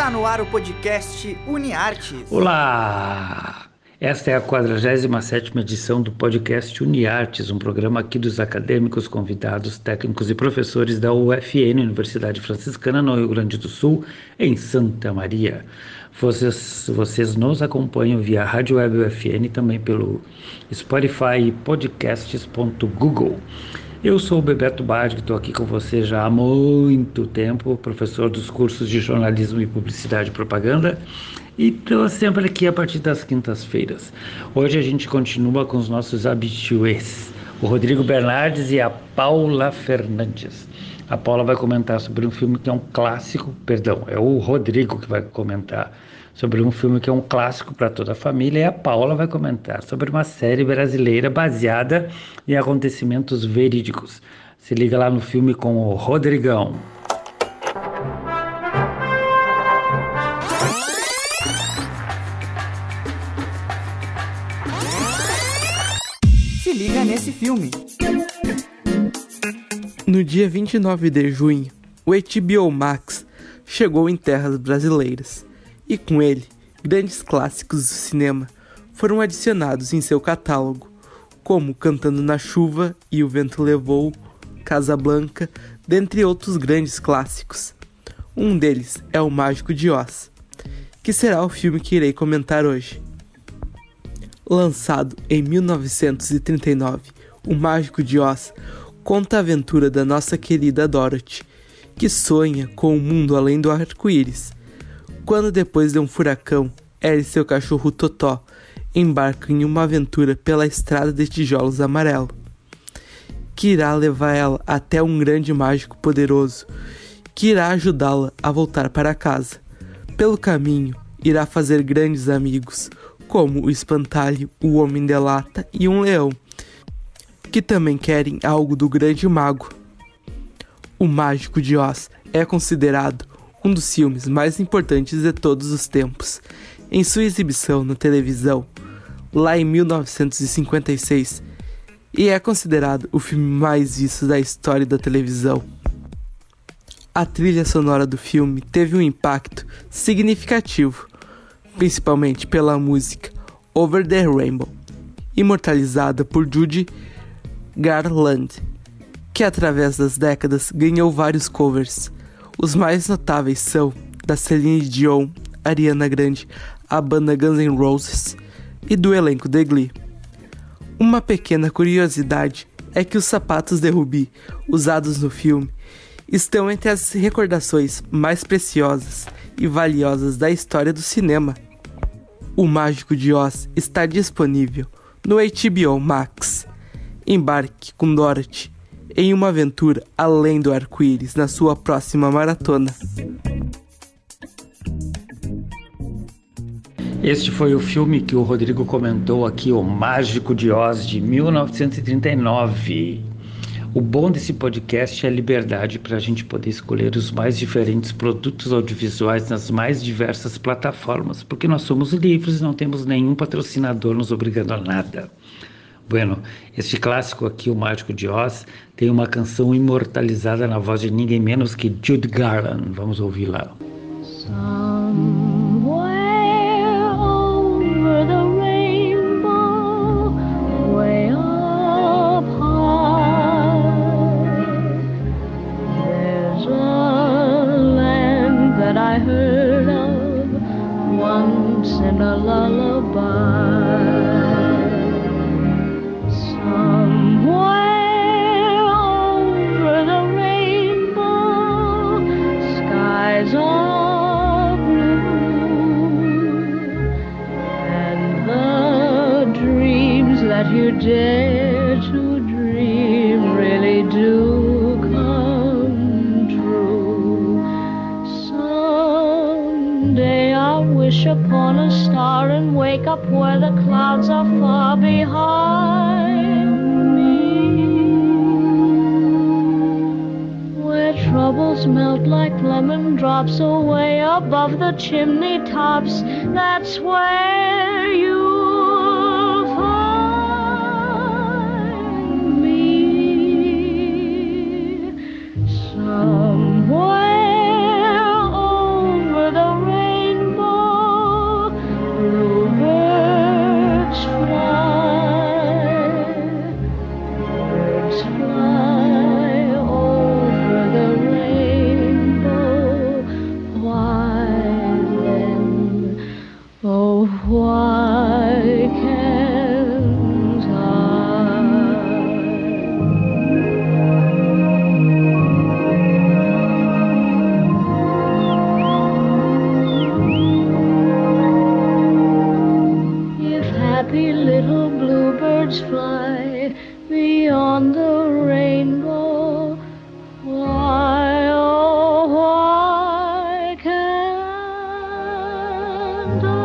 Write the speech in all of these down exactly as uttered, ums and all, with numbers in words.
Está no ar o podcast UniArtes. Olá! Esta é a quadragésima sétima edição do podcast UniArtes, um programa aqui dos acadêmicos, convidados, técnicos e professores da U F N, Universidade Franciscana, no Rio Grande do Sul, em Santa Maria. Vocês, vocês nos acompanham via Rádio Web U F N e também pelo Spotify e podcasts ponto google. Eu sou o Bebeto Badi, estou aqui com você já há muito tempo, professor dos cursos de jornalismo e publicidade e propaganda, e estou sempre aqui a partir das quintas-feiras. Hoje a gente continua com os nossos habitués, o Rodrigo Bernardes e a Paula Fernandes. A Paula vai comentar sobre um filme que é um clássico, perdão, é o Rodrigo que vai comentar sobre um filme que é um clássico para toda a família, e a Paula vai comentar sobre uma série brasileira baseada em acontecimentos verídicos. Se liga lá no filme com o Rodrigão. Se liga nesse filme. No dia vinte e nove de junho, o H B O Max chegou em terras brasileiras, e com ele, grandes clássicos do cinema foram adicionados em seu catálogo, como Cantando na Chuva e O Vento Levou, Casablanca, dentre outros grandes clássicos. Um deles é O Mágico de Oz, que será o filme que irei comentar hoje. Lançado em mil novecentos e trinta e nove, O Mágico de Oz conta a aventura da nossa querida Dorothy, que sonha com um mundo além do arco-íris, quando depois de um furacão, ela e seu cachorro Totó embarcam em uma aventura pela estrada de tijolos amarelo, que irá levar ela até um grande mágico poderoso, que irá ajudá-la a voltar para casa. Pelo caminho, irá fazer grandes amigos, como o Espantalho, o Homem de Lata e um leão, que também querem algo do grande mago. O Mágico de Oz é considerado um dos filmes mais importantes de todos os tempos. Em sua exibição na televisão, lá em mil novecentos e cinquenta e seis, e é considerado o filme mais visto da história da televisão. A trilha sonora do filme teve um impacto significativo, principalmente pela música Over the Rainbow, imortalizada por Judy Garland, que através das décadas ganhou vários covers. Os mais notáveis são da Celine Dion, Ariana Grande, a banda Guns N' Roses e do elenco de Glee. Uma pequena curiosidade é que os sapatos de Ruby usados no filme estão entre as recordações mais preciosas e valiosas da história do cinema. O Mágico de Oz está disponível no H B O Max. Embarque com Dorothy em uma aventura além do arco-íris na sua próxima maratona. Este foi o filme que o Rodrigo comentou aqui, O Mágico de Oz, de mil novecentos e trinta e nove. O bom desse podcast é a liberdade para a gente poder escolher os mais diferentes produtos audiovisuais nas mais diversas plataformas, porque nós somos livres e não temos nenhum patrocinador nos obrigando a nada. Bueno, este clássico aqui, O Mágico de Oz, tem uma canção imortalizada na voz de ninguém menos que Judy Garland. Vamos ouvir lá. Somewhere over the rainbow, way up high, there's a land that I heard of once in a lullaby. That you dare to dream really do come true. Someday I'll wish upon a star and wake up where the clouds are far behind me, where troubles melt like lemon drops away above the chimney tops. That's where you somewhere over the rainbow. birds fly beyond the rainbow. Why, oh, why can't I?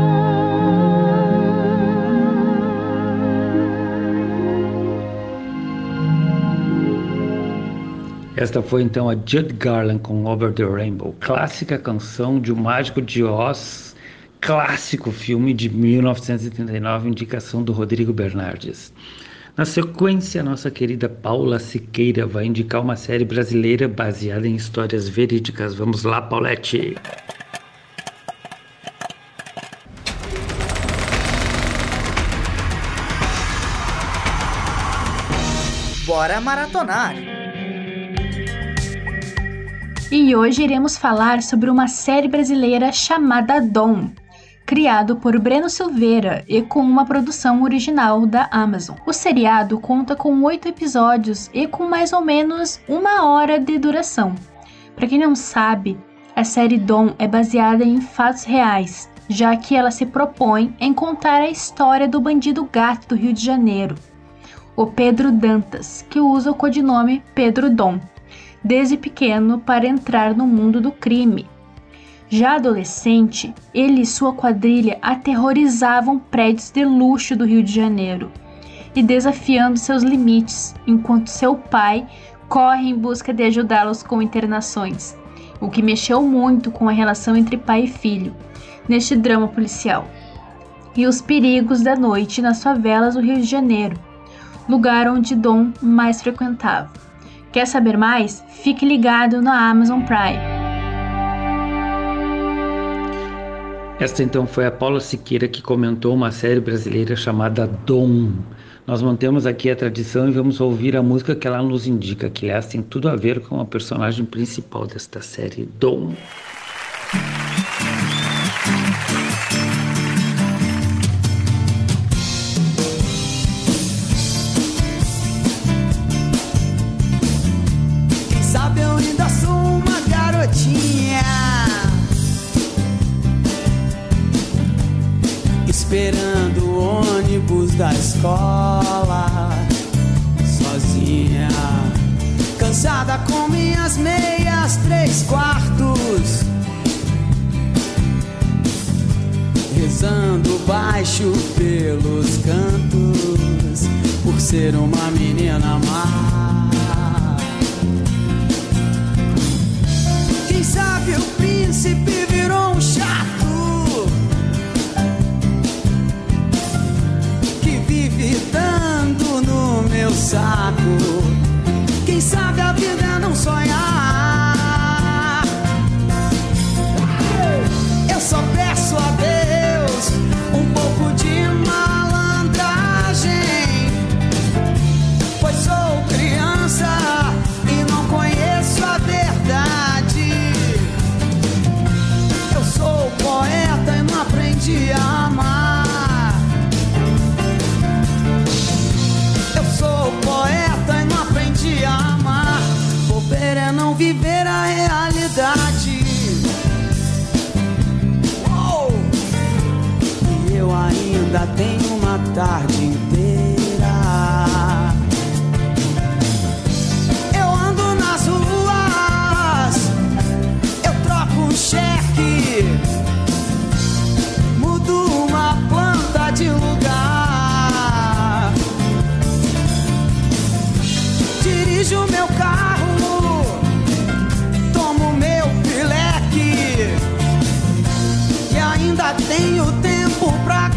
Esta foi então a Judy Garland com Over the Rainbow, clássica canção de O Mágico de Oz, clássico filme de mil novecentos e trinta e nove, indicação do Rodrigo Bernardes. Na sequência, a nossa querida Paula Siqueira vai indicar uma série brasileira baseada em histórias verídicas. Vamos lá, Paulette! Bora maratonar! E hoje iremos falar sobre uma série brasileira chamada Dom, criado por Breno Silveira e com uma produção original da Amazon. O seriado conta com oito episódios e com mais ou menos uma hora de duração. Para quem não sabe, a série Dom é baseada em fatos reais, já que ela se propõe em contar a história do bandido gato do Rio de Janeiro, o Pedro Dantas, que usa o codinome Pedro Dom, desde pequeno para entrar no mundo do crime. Já adolescente, ele e sua quadrilha aterrorizavam prédios de luxo do Rio de Janeiro e desafiando seus limites, enquanto seu pai corre em busca de ajudá-los com internações, o que mexeu muito com a relação entre pai e filho, neste drama policial. E os perigos da noite nas favelas do Rio de Janeiro, lugar onde Dom mais frequentava. Quer saber mais? Fique ligado na Amazon Prime. Esta então foi a Paula Siqueira que comentou uma série brasileira chamada Dom. Nós mantemos aqui a tradição e vamos ouvir a música que ela nos indica, que aliás tem tudo a ver com a personagem principal desta série, Dom. Quem sabe eu ainda sou uma garotinha esperando o ônibus da escola, sozinha, cansada com minhas meias três quartos, rezando baixo pelos cantos, por ser uma menina má. Quem sabe o príncipe virou um chato dando no meu saco. Quem sabe a vida é não sonhar. Eu só peço a Deus um pouco de malandragem, pois sou criança e não conheço a verdade. Eu sou poeta e não aprendi a amar. Sou poeta e não aprendi a amar. Bobeira é não viver a realidade. Oh! E eu ainda tenho uma tarde inteira. Eu ando nas ruas, eu troco um cheque, mudo uma planta de lugar. Dirijo meu carro, tomo meu pileque e ainda tenho tempo pra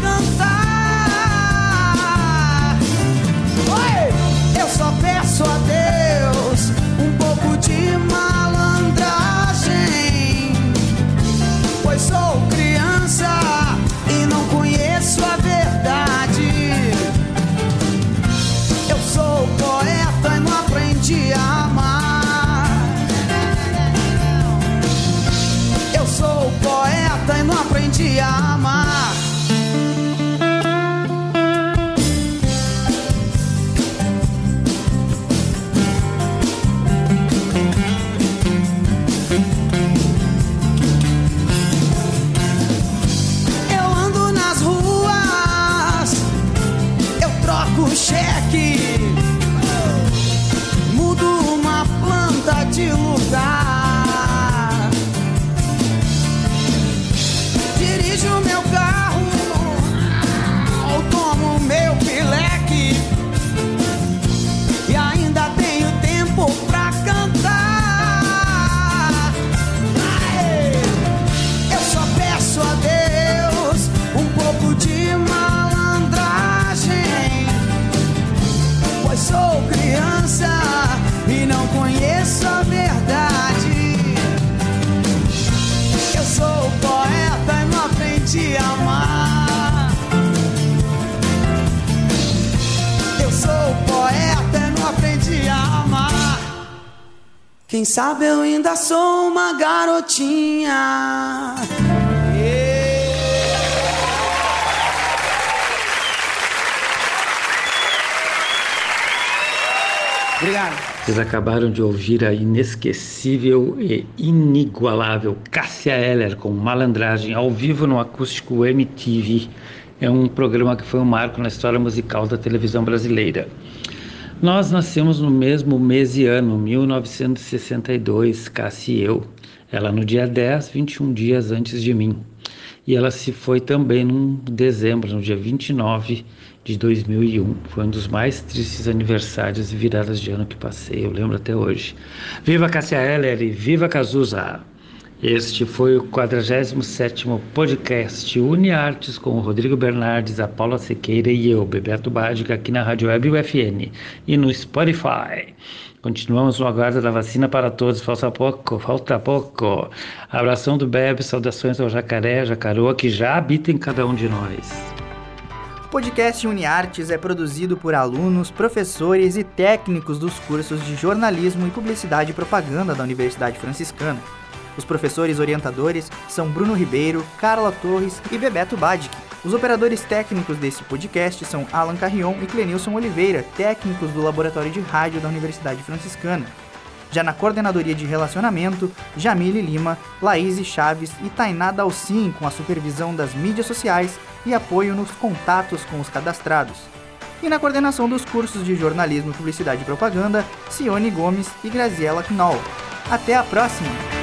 cantar. Oi! Eu só peço a Deus um pouco de malandragem, pois sou criança e não conheço a verdade. Eu sou poeta e não aprendi a amar. Eu sou poeta e não aprendi a amar. Eu ando nas ruas, eu troco troco o cheque, mudo uma planta de lugar, dirijo meu carro ou tomo meu pileque e ainda tenho tempo pra cantar. Aê! Eu só peço a Deus um pouco de malandragem, pois sou criança e não conheço a verdade. Eu sou poeta e não aprendi a amar. Eu sou poeta e não aprendi a amar. Quem sabe eu ainda sou uma garotinha. Obrigado. Vocês acabaram de ouvir a inesquecível e inigualável Cássia Eller com Malandragem ao vivo no Acústico M T V. É um programa que foi um marco na história musical da televisão brasileira. Nós nascemos no mesmo mês e ano, mil novecentos e sessenta e dois, Cássia e eu. Ela no dia dez, vinte e um dias antes de mim. E ela se foi também em dezembro, no dia vinte e nove de dois mil e um. Foi um dos mais tristes aniversários e viradas de ano que passei, eu lembro até hoje. Viva Cássia Eller e viva Cazuza! Este foi o quadragésimo sétimo podcast UniArtes com o Rodrigo Bernardes, a Paula Sequeira e eu, Bebeto Badic, aqui na Rádio Web U F N e no Spotify. Continuamos no aguardo da vacina para todos, falta pouco, falta pouco. Abração do Bebe, saudações ao jacaré, jacaroa que já habita em cada um de nós. O podcast UniArtes é produzido por alunos, professores e técnicos dos cursos de jornalismo e publicidade e propaganda da Universidade Franciscana. Os professores orientadores são Bruno Ribeiro, Carla Torres e Bebeto Badic. Os operadores técnicos desse podcast são Alan Carrion e Clenilson Oliveira, técnicos do Laboratório de Rádio da Universidade Franciscana. Já na coordenadoria de relacionamento, Jamile Lima, Laís Chaves e Tainá Dalcin, com a supervisão das mídias sociais e apoio nos contatos com os cadastrados. E na coordenação dos cursos de jornalismo, publicidade e propaganda, Cione Gomes e Graziela Knoll. Até a próxima!